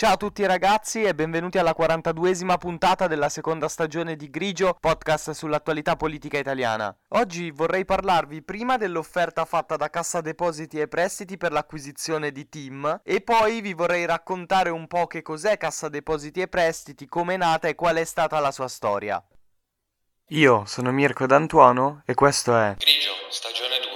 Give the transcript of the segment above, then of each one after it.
Ciao a tutti ragazzi e benvenuti alla 42esima puntata della seconda stagione di Grigio, podcast sull'attualità politica italiana. Oggi vorrei parlarvi prima dell'offerta fatta da Cassa Depositi e Prestiti per l'acquisizione di TIM e poi vi vorrei raccontare un po' che cos'è Cassa Depositi e Prestiti, come è nata e qual è stata la sua storia. Io sono Mirko D'Antuono e questo è Grigio, stagione 2.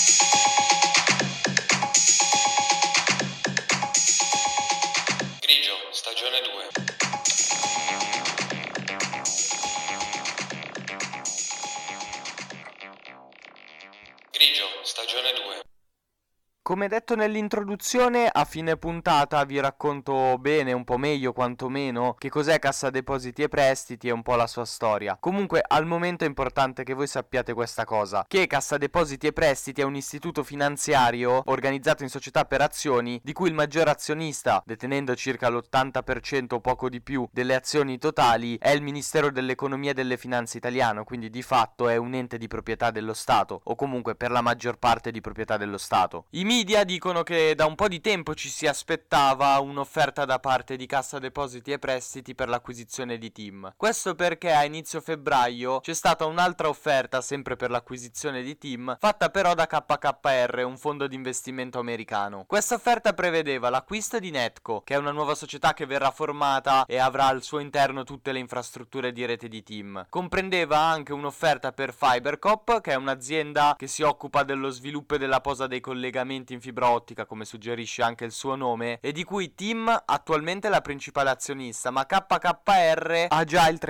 Grigio, stagione 2. Grigio, stagione 2. Come detto nell'introduzione, a fine puntata vi racconto bene, un po' meglio quantomeno, che cos'è Cassa Depositi e Prestiti e un po' la sua storia. Comunque, al momento è importante che voi sappiate questa cosa, che Cassa Depositi e Prestiti è un istituto finanziario organizzato in società per azioni, di cui il maggior azionista, detenendo circa l'80% o poco di più delle azioni totali, è il Ministero dell'Economia e delle Finanze italiano, quindi di fatto è un ente di proprietà dello Stato, o comunque per la maggior parte di proprietà dello Stato. I media dicono che da un po' di tempo ci si aspettava un'offerta da parte di Cassa Depositi e Prestiti per l'acquisizione di TIM. Questo perché a inizio febbraio c'è stata un'altra offerta, sempre per l'acquisizione di TIM, fatta però da KKR, un fondo di investimento americano. Questa offerta prevedeva l'acquisto di Netco, che è una nuova società che verrà formata e avrà al suo interno tutte le infrastrutture di rete di TIM. Comprendeva anche un'offerta per FiberCop, che è un'azienda che si occupa dello sviluppo e della posa dei collegamenti in fibra ottica, come suggerisce anche il suo nome, e di cui TIM attualmente è la principale azionista, ma KKR ha già il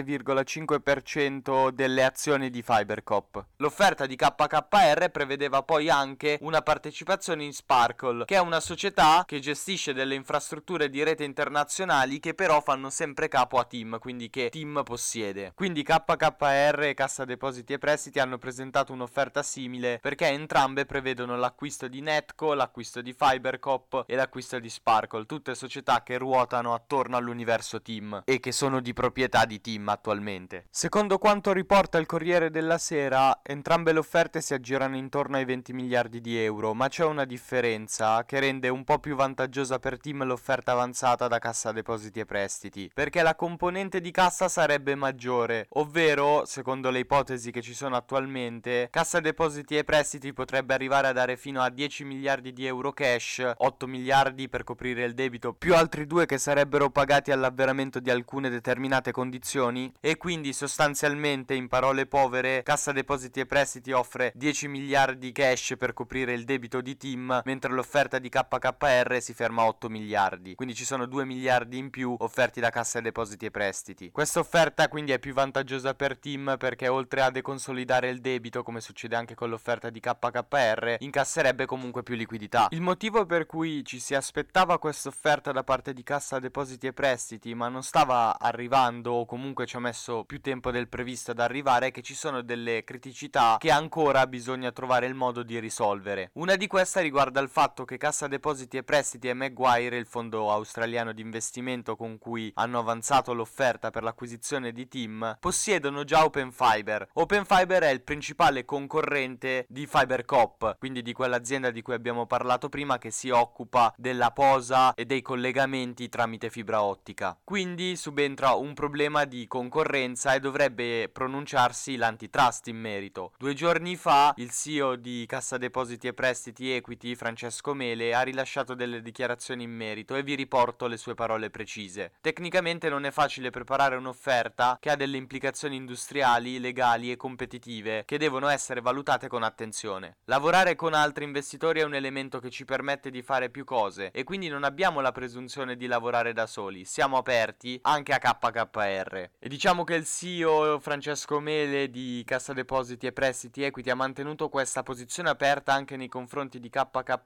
37,5% delle azioni di FiberCop. L'offerta di KKR prevedeva poi anche una partecipazione in Sparkle, che è una società che gestisce delle infrastrutture di rete internazionali che però fanno sempre capo a TIM, quindi che TIM possiede. Quindi KKR e Cassa Depositi e Prestiti hanno presentato un'offerta simile perché entrambe prevedono l'acquisto di Netco, l'acquisto di FiberCop e l'acquisto di Sparkle, tutte società che ruotano attorno all'universo TIM e che sono di proprietà di TIM attualmente. Secondo quanto riporta il Corriere della Sera, entrambe le offerte si aggirano intorno ai 20 miliardi di euro, ma c'è una differenza che rende un po' più vantaggiosa per TIM l'offerta avanzata da Cassa Depositi e Prestiti, perché la componente di cassa sarebbe maggiore, ovvero, secondo le ipotesi che ci sono attualmente, Cassa Depositi e Prestiti potrebbe arrivare a dare fino a 10 miliardi di euro cash, 8 miliardi per coprire il debito, più altri 2 che sarebbero pagati all'avveramento di alcune determinate condizioni, e quindi sostanzialmente, in parole povere, Cassa Depositi e Prestiti offre 10 miliardi cash per coprire il debito di TIM, mentre l'offerta di KKR si ferma a 8 miliardi, quindi ci sono 2 miliardi in più offerti da Cassa Depositi e Prestiti. Questa offerta quindi è più vantaggiosa per TIM perché oltre a deconsolidare il debito, come succede anche con l'offerta di KKR, incasserebbe comunque più liquidità. Il motivo per cui ci si aspettava questa offerta da parte di Cassa Depositi e Prestiti ma non stava arrivando, o comunque ci ha messo più tempo del previsto ad arrivare, è che ci sono delle criticità che ancora bisogna trovare il modo di risolvere. Una di queste riguarda il fatto che Cassa Depositi e Prestiti e Maguire, il fondo australiano di investimento con cui hanno avanzato l'offerta per l'acquisizione di TIM, possiedono già Open Fiber. Open Fiber è il principale concorrente di FiberCop, quindi di quell'azienda di cui abbiamo parlato prima, che si occupa della posa e dei collegamenti tramite fibra ottica. Quindi subentra un problema di concorrenza e dovrebbe pronunciarsi l'antitrust in merito. 2 giorni fa il CEO di Cassa Depositi e Prestiti Equity, Francesco Mele, ha rilasciato delle dichiarazioni in merito e vi riporto le sue parole precise. Tecnicamente non è facile preparare un'offerta che ha delle implicazioni industriali, legali e competitive che devono essere valutate con attenzione. Lavorare con altri investitori è un elemento che ci permette di fare più cose e quindi non abbiamo la presunzione di lavorare da soli, siamo aperti anche a KKR. E diciamo che il CEO Francesco Mele di Cassa Depositi e Prestiti Equity ha mantenuto questa posizione aperta anche nei confronti di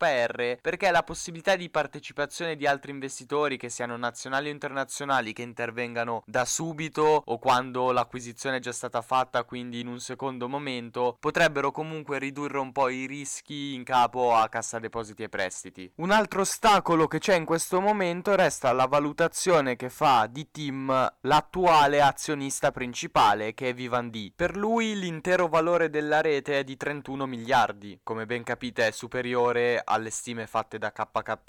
KKR perché la possibilità di partecipazione di altri investitori, che siano nazionali o internazionali, che intervengano da subito o quando l'acquisizione è già stata fatta, quindi in un secondo momento, potrebbero comunque ridurre un po' i rischi in capo capo a Cassa Depositi e Prestiti. Un altro ostacolo che c'è in questo momento resta la valutazione che fa di Tim l'attuale azionista principale, che è Vivendi. Per lui l'intero valore della rete è di 31 miliardi, come ben capite è superiore alle stime fatte da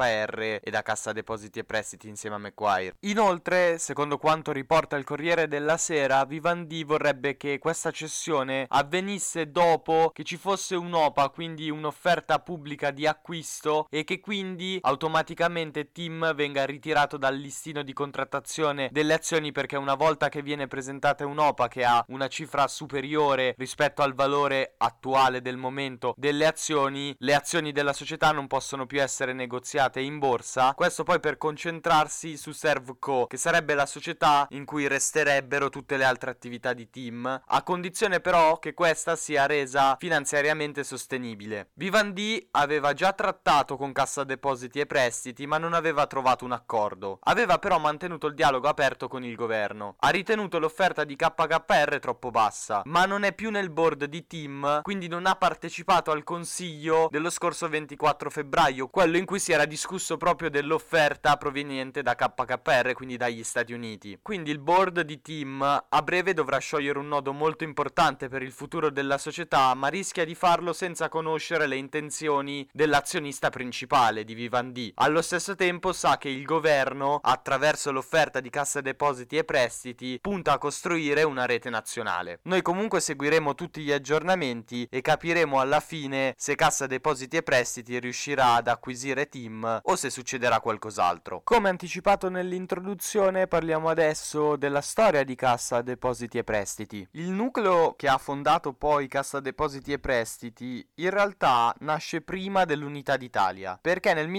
KKR e da Cassa Depositi e Prestiti insieme a Macquarie. Inoltre, secondo quanto riporta il Corriere della Sera, Vivendi vorrebbe che questa cessione avvenisse dopo che ci fosse un'OPA, quindi un'offerta pubblica di acquisto, e che quindi automaticamente Tim venga ritirato dal listino di contrattazione delle azioni, perché una volta che viene presentata un'OPA che ha una cifra superiore rispetto al valore attuale del momento delle azioni, le azioni della società non possono più essere negoziate in borsa. Questo poi per concentrarsi su ServCo, che sarebbe la società in cui resterebbero tutte le altre attività di Tim, a condizione però che questa sia resa finanziariamente sostenibile. Vivendi aveva già trattato con Cassa Depositi e Prestiti, ma non aveva trovato un accordo. Aveva però mantenuto il dialogo aperto con il governo. Ha ritenuto l'offerta di KKR troppo bassa, ma non è più nel board di Tim, quindi non ha partecipato al consiglio dello scorso 24 febbraio, quello in cui si era discusso proprio dell'offerta proveniente da KKR, quindi dagli Stati Uniti. Quindi il board di Tim a breve dovrà sciogliere un nodo molto importante per il futuro della società, ma rischia di farlo senza conoscere le intenzioni dell'azionista principale di Vivendi. Allo stesso tempo sa che il governo, attraverso l'offerta di Cassa Depositi e Prestiti, punta a costruire una rete nazionale. Noi comunque seguiremo tutti gli aggiornamenti e capiremo alla fine se Cassa Depositi e Prestiti riuscirà ad acquisire Tim o se succederà qualcos'altro. Come anticipato nell'introduzione, parliamo adesso della storia di Cassa Depositi e Prestiti. Il nucleo che ha fondato poi Cassa Depositi e Prestiti in realtà nasce prima dell'Unità d'Italia, perché nel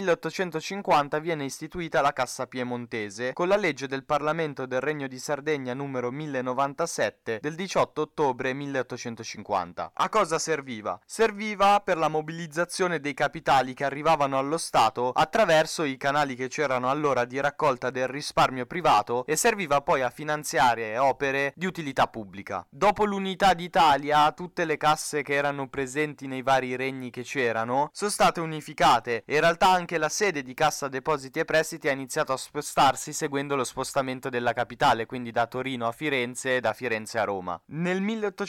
1850 viene istituita la Cassa Piemontese con la legge del Parlamento del Regno di Sardegna numero 1097 del 18 ottobre 1850. A cosa serviva? Serviva per la mobilizzazione dei capitali che arrivavano allo Stato attraverso i canali che c'erano allora di raccolta del risparmio privato, e serviva poi a finanziare opere di utilità pubblica. Dopo l'Unità d'Italia, tutte le casse che erano presenti nei vari regni che c'erano sono state unificate, e in realtà anche la sede di Cassa Depositi e Prestiti ha iniziato a spostarsi seguendo lo spostamento della capitale, quindi da Torino a Firenze e da Firenze a Roma. Nel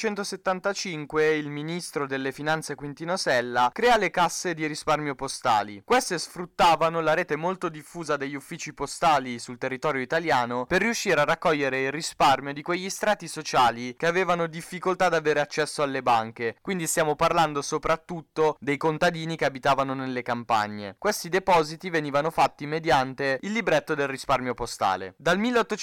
1875 il ministro delle finanze Quintino Sella crea le casse di risparmio postali. Queste sfruttavano la rete molto diffusa degli uffici postali sul territorio italiano per riuscire a raccogliere il risparmio di quegli strati sociali che avevano difficoltà ad avere accesso alle banche, quindi stiamo parlando soprattutto dei contadini che abitavano nelle campagne. Questi depositi venivano fatti mediante il libretto del risparmio postale. Dal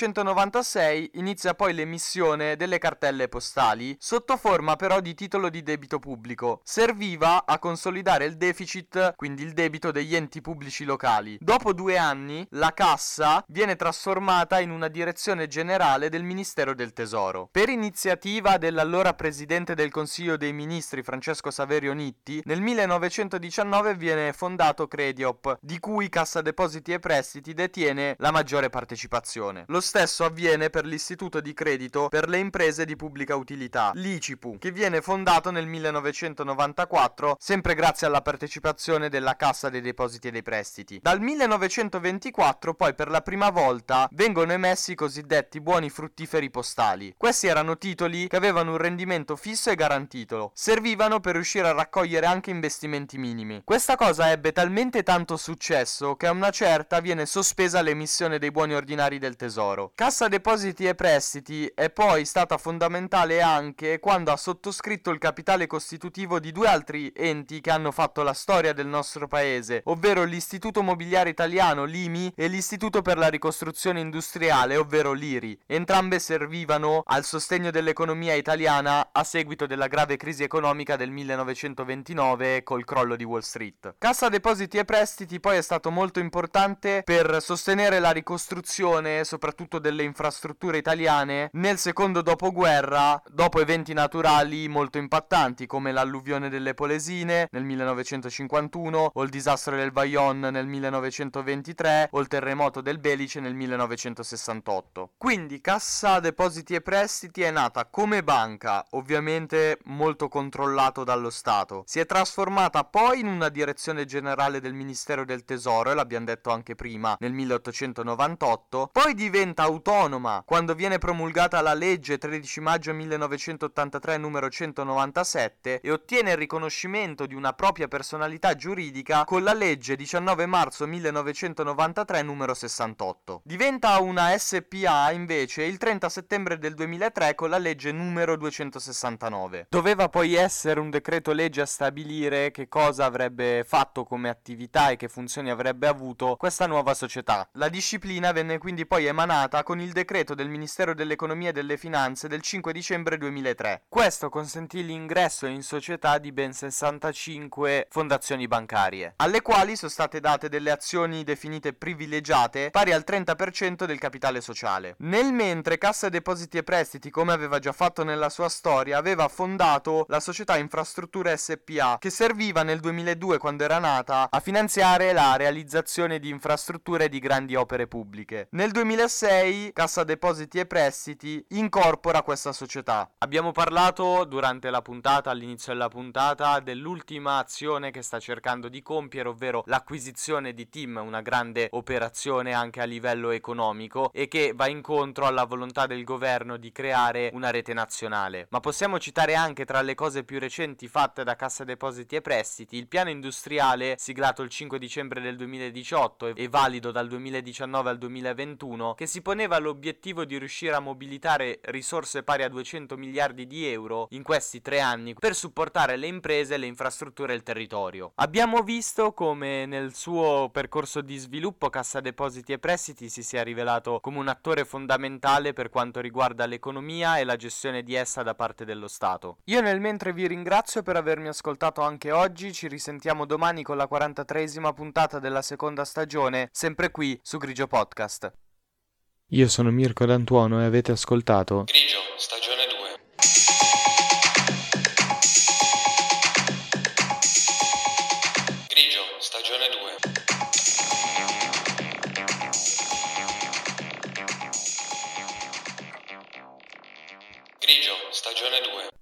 1896 inizia poi l'emissione delle cartelle postali sotto forma però di titolo di debito pubblico. Serviva a consolidare il deficit, quindi il debito degli enti pubblici locali. Dopo 2 anni la cassa viene trasformata in una direzione generale del Ministero del Tesoro. Per iniziativa dell'allora presidente del Consiglio dei Ministri Francesco Saverio Nitti, nel 1919 viene fondato Crediop, di cui Cassa Depositi e Prestiti detiene la maggiore partecipazione. Lo stesso avviene per l'Istituto di Credito per le imprese di pubblica utilità, l'ICIPU, che viene fondato nel 1994, sempre grazie alla partecipazione della Cassa dei Depositi e dei Prestiti. Dal 1924 poi per la prima volta vengono emessi i cosiddetti buoni fruttiferi postali. Questi erano titoli che avevano un rendimento fisso e garantito, servivano per riuscire a raccogliere anche investimenti minimi. Questa cosa ebbe talmente tanto successo che a una certa viene sospesa l'emissione dei buoni ordinari del Tesoro. Cassa Depositi e Prestiti è poi stata fondamentale anche quando ha sottoscritto il capitale costitutivo di 2 altri enti che hanno fatto la storia del nostro paese, ovvero l'Istituto Mobiliare Italiano, l'IMI, e l'Istituto per la Ricostruzione Industriale, ovvero l'IRI. Entrambe servivano al sostegno dell'economia italiana a seguito della grave crisi economica del 1929 col crollo di Wall Street. Cassa Depositi e Prestiti poi è stato molto importante per sostenere la ricostruzione soprattutto delle infrastrutture italiane nel secondo dopoguerra, dopo eventi naturali molto impattanti come l'alluvione delle Polesine nel 1951 o il disastro del Vajont nel 1923 o il terremoto del Belice nel 1968. Quindi Cassa Depositi e Prestiti è nata come banca, ovviamente molto controllato dallo Stato. Si è trasformata trasferita poi in una direzione generale del Ministero del Tesoro, e l'abbiamo detto anche prima, nel 1898, poi diventa autonoma quando viene promulgata la legge 13 maggio 1983 numero 197 e ottiene il riconoscimento di una propria personalità giuridica con la legge 19 marzo 1993 numero 68. Diventa una SPA invece il 30 settembre del 2003 con la legge numero 269. Doveva poi essere un decreto legge a stabilire che cosa avrebbe fatto come attività e che funzioni avrebbe avuto questa nuova società. La disciplina venne quindi poi emanata con il decreto del Ministero dell'Economia e delle Finanze del 5 dicembre 2003. Questo consentì l'ingresso in società di ben 65 fondazioni bancarie, alle quali sono state date delle azioni definite privilegiate pari al 30% del capitale sociale. Nel mentre Cassa Depositi e Prestiti, come aveva già fatto nella sua storia, aveva fondato la società Infrastrutture SPA, che serviva nel 2002, quando era nata, a finanziare la realizzazione di infrastrutture e di grandi opere pubbliche. Nel 2006 Cassa Depositi e Prestiti incorpora questa società. Abbiamo parlato durante la puntata, all'inizio della puntata, dell'ultima azione che sta cercando di compiere, ovvero l'acquisizione di TIM, una grande operazione anche a livello economico e che va incontro alla volontà del governo di creare una rete nazionale. Ma possiamo citare anche, tra le cose più recenti fatte da Cassa Depositi e Prestiti, il piano industriale siglato il 5 dicembre del 2018 e valido dal 2019 al 2021, che si poneva l'obiettivo di riuscire a mobilitare risorse pari a 200 miliardi di euro in questi 3 anni per supportare le imprese, le infrastrutture e il territorio. Abbiamo visto come nel suo percorso di sviluppo Cassa Depositi e Prestiti si sia rivelato come un attore fondamentale per quanto riguarda l'economia e la gestione di essa da parte dello Stato. Io nel mentre vi ringrazio per avermi ascoltato anche oggi, ci risentiamo domani con la 43esima puntata della seconda stagione, sempre qui su Grigio Podcast. Io sono Mirko D'Antuono e avete ascoltato Grigio, stagione 2. Grigio, stagione 2. Grigio, stagione 2.